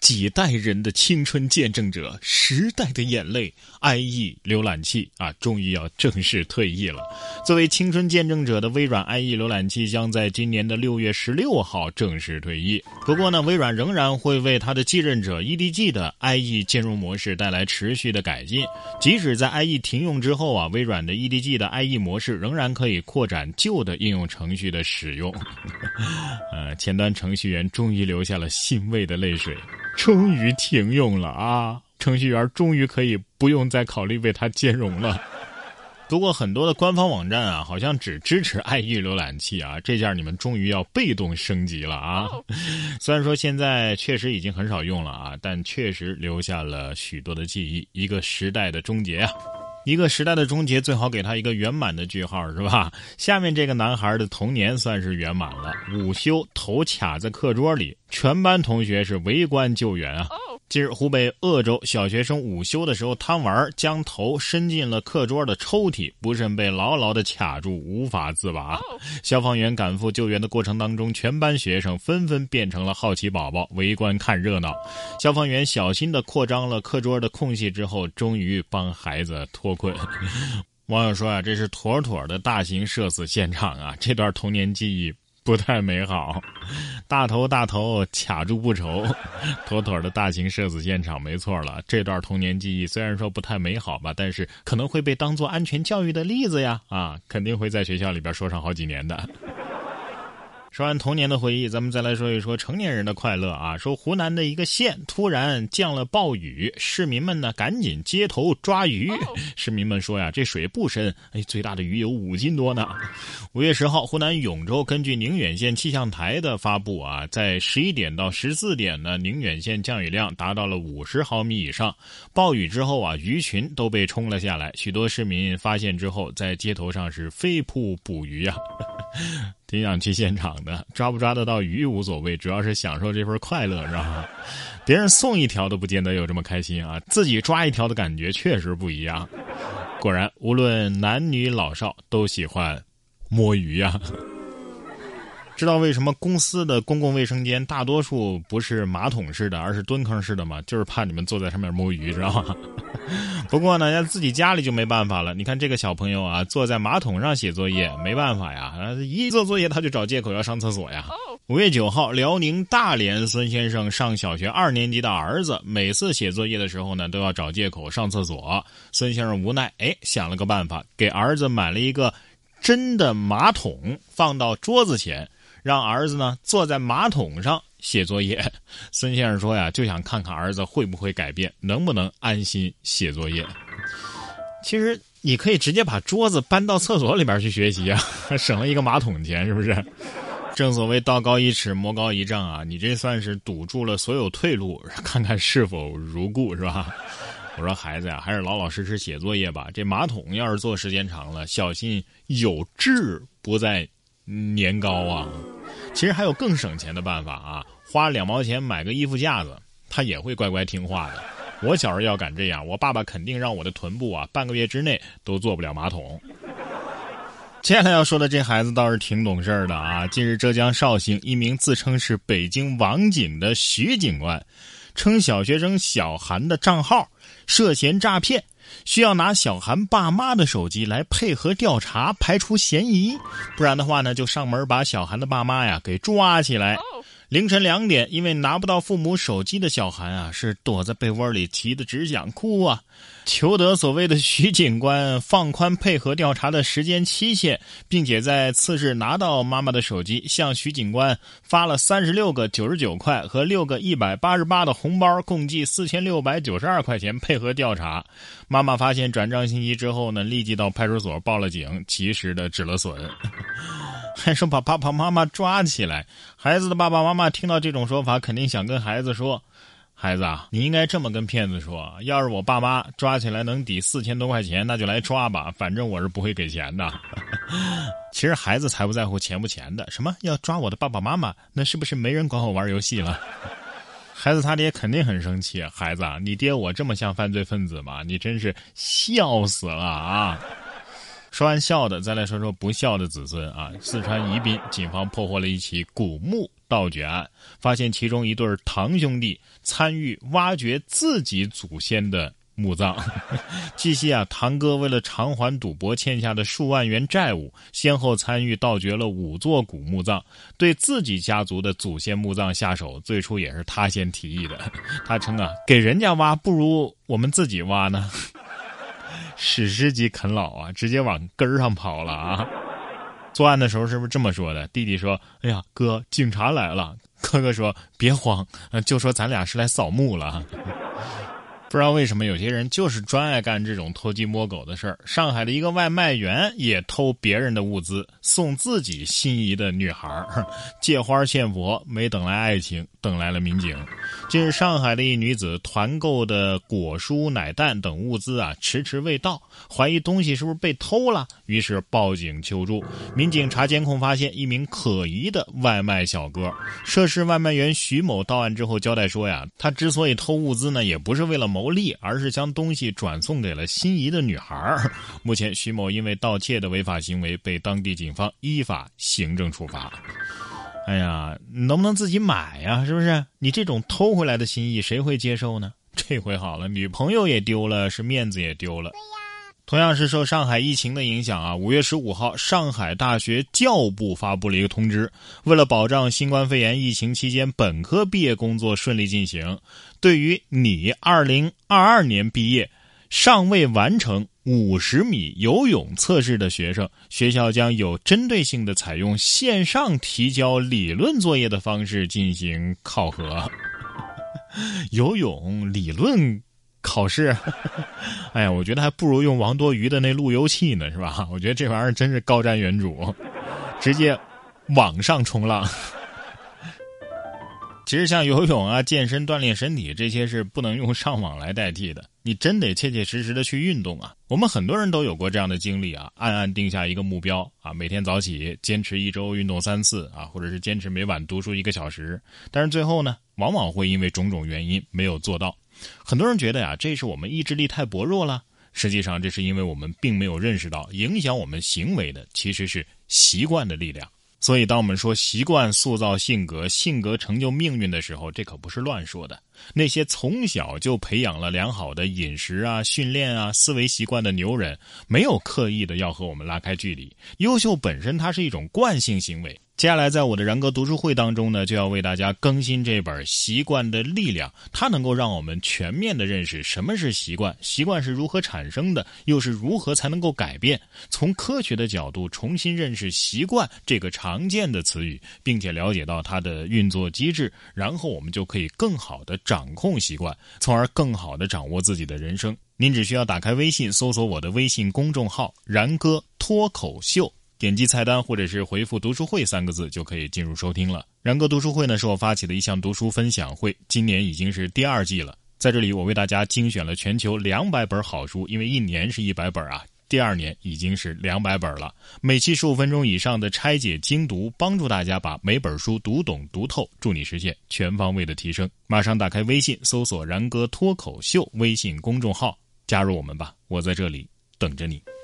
几代人的青春见证者，时代的眼泪，IE 浏览器啊，终于要正式退役了。作为青春见证者的微软 IE 浏览器将在今年的6月16号正式退役。不过呢，微软仍然会为它的继任者 EDG 的 IE 兼容模式带来持续的改进。即使在 IE 停用之后啊，微软的 EDG 的 IE 模式仍然可以扩展旧的应用程序的使用。前端程序员终于流下了欣慰的泪水。终于停用了啊！程序员终于可以不用再考虑为它兼容了。不过很多的官方网站啊，好像只支持 IE 浏览器啊，这下你们终于要被动升级了啊！虽然说现在确实已经很少用了啊，但确实留下了许多的记忆，一个时代的终结啊！一个时代的终结，最好给他一个圆满的句号，是吧？下面这个男孩的童年算是圆满了。午休头卡在课桌里，全班同学是围观救援啊。近日，湖北鄂州小学生午休的时候贪玩，将头伸进了课桌的抽屉，不慎被牢牢地卡住，无法自拔。消防员赶赴救援的过程当中，全班学生纷纷变成了好奇宝宝，围观看热闹。消防员小心地扩张了课桌的空隙之后，终于帮孩子脱困。网友说啊，这是妥妥的大型社死现场啊！这段童年记忆不太美好，大头卡住不愁，妥妥的大型社死现场，没错了。这段童年记忆虽然说不太美好吧，但是可能会被当作安全教育的例子呀，啊，肯定会在学校里边说上好几年的。说完童年的回忆，咱们再来说一说成年人的快乐啊！说湖南的一个县突然降了暴雨，市民们呢赶紧街头抓鱼。市民们说呀，这水不深，最大的鱼有5斤多呢。5月10号，湖南永州根据宁远县气象台的发布啊，在11点到14点呢，宁远县降雨量达到了50毫米以上。暴雨之后啊，鱼群都被冲了下来，许多市民发现之后，在街头上是飞扑捕鱼啊。挺想去现场的，抓不抓得到鱼无所谓，主要是享受这份快乐，知道吗？别人送一条都不见得有这么开心啊，自己抓一条的感觉确实不一样。果然，无论男女老少都喜欢摸鱼呀。知道为什么公司的公共卫生间大多数不是马桶式的，而是蹲坑式的吗？就是怕你们坐在上面摸鱼，知道吗？不过呢，在自己家里就没办法了。你看这个小朋友啊，坐在马桶上写作业，没办法呀，一做作业他就找借口要上厕所呀。5月9号，辽宁大连孙先生上小学2年级的儿子，每次写作业的时候呢，都要找借口上厕所。孙先生无奈，想了个办法，给儿子买了一个真的马桶，放到桌子前，让儿子呢坐在马桶上写作业。孙先生说呀，就想看看儿子会不会改变，能不能安心写作业。其实你可以直接把桌子搬到厕所里边去学习啊，省了一个马桶钱，是不是？正所谓道高一尺，魔高一丈啊，你这算是堵住了所有退路，看看是否如故，是吧？我说孩子呀，还是老老实实写作业吧。这马桶要是坐时间长了，小心有志不在年高啊。其实还有更省钱的办法啊，花2毛钱买个衣服架子，他也会乖乖听话的。我小时候要敢这样，我爸爸肯定让我的臀部啊半个月之内都坐不了马桶。接下来要说的这孩子倒是挺懂事的啊。近日浙江绍兴一名自称是北京网警的徐警官，称小学生小韩的账号涉嫌诈骗，需要拿小韩爸妈的手机来配合调查，排除嫌疑，不然的话呢，就上门把小韩的爸妈呀给抓起来。凌晨2点，因为拿不到父母手机的小韩啊，是躲在被窝里急得只想哭啊。求得所谓的徐警官放宽配合调查的时间期限，并且在次日拿到妈妈的手机，向徐警官发了36个99块和6个188的红包，共计4692块钱配合调查。妈妈发现转账信息之后呢，立即到派出所报了警，及时的止了损。还说把爸爸妈妈抓起来，孩子的爸爸妈妈听到这种说法，肯定想跟孩子说，孩子啊，你应该这么跟骗子说，要是我爸妈抓起来能抵4000多块钱，那就来抓吧，反正我是不会给钱的。其实孩子才不在乎钱不钱的，什么要抓我的爸爸妈妈，那是不是没人管我玩游戏了？孩子他爹肯定很生气，孩子啊，你爹我这么像犯罪分子吗？你真是笑死了啊！说完笑的，再来说说不孝的子孙啊。四川宜宾警方破获了一起古墓盗掘案，发现其中一对堂兄弟参与挖掘自己祖先的墓葬。据悉堂哥为了偿还赌博欠下的数万元债务，先后参与盗掘了5座古墓葬，对自己家族的祖先墓葬下手，最初也是他先提议的。他称给人家挖不如我们自己挖呢。史诗级啃老直接往根儿上跑了作案的时候是不是这么说的？弟弟说：“哎呀，哥，警察来了。”哥哥说：“别慌，就说咱俩是来扫墓了。”不知道为什么有些人就是专爱干这种偷鸡摸狗的事儿。上海的一个外卖员也偷别人的物资，送自己心仪的女孩，借花献佛，没等来爱情，等来了民警。近日，上海的一女子团购的果蔬、奶蛋等物资迟迟未到，怀疑东西是不是被偷了，于是报警求助。民警查监控发现一名可疑的外卖小哥。涉事外卖员徐某到案之后交代说他之所以偷物资呢，也不是为了谋利，而是将东西转送给了心仪的女孩。目前徐某因为盗窃的违法行为被当地警方依法行政处罚。哎呀，你能不能自己买呀？是不是？你这种偷回来的心意谁会接受呢？这回好了，女朋友也丢了，是面子也丢了。同样是受上海疫情的影响5月15号，上海大学教部发布了一个通知，为了保障新冠肺炎疫情期间本科毕业工作顺利进行，对于你2022年毕业尚未完成50米游泳测试的学生，学校将有针对性的采用线上提交理论作业的方式进行考核。游泳理论考试，哎呀，我觉得还不如用王多鱼的那路由器呢，是吧？我觉得这玩意儿真是高瞻远瞩，直接网上冲浪。其实像游泳健身锻炼身体这些是不能用上网来代替的，你真得切切实实的去运动我们很多人都有过这样的经历暗暗定下一个目标每天早起坚持1周运动3次或者是坚持每晚读书1个小时，但是最后呢，往往会因为种种原因没有做到。很多人觉得这是我们意志力太薄弱了，实际上这是因为我们并没有认识到影响我们行为的其实是习惯的力量。所以当我们说习惯塑造性格，性格成就命运的时候，这可不是乱说的。那些从小就培养了良好的饮食训练思维习惯的牛人，没有刻意的要和我们拉开距离。优秀本身它是一种惯性行为。接下来在我的然哥读书会当中呢，就要为大家更新这本《习惯的力量》，它能够让我们全面的认识什么是习惯，习惯是如何产生的，又是如何才能够改变，从科学的角度重新认识习惯这个常见的词语，并且了解到它的运作机制，然后我们就可以更好的掌控习惯，从而更好的掌握自己的人生。您只需要打开微信，搜索我的微信公众号然哥脱口秀，点击菜单或者是回复读书会3个字就可以进入收听了。然哥读书会呢是我发起的一项读书分享会，今年已经是第2季了。在这里我为大家精选了全球200本好书，因为1年是100本第2年已经是200本了。每期15分钟以上的拆解精读，帮助大家把每本书读懂读透，助你实现全方位的提升。马上打开微信，搜索然哥脱口秀微信公众号，加入我们吧，我在这里等着你。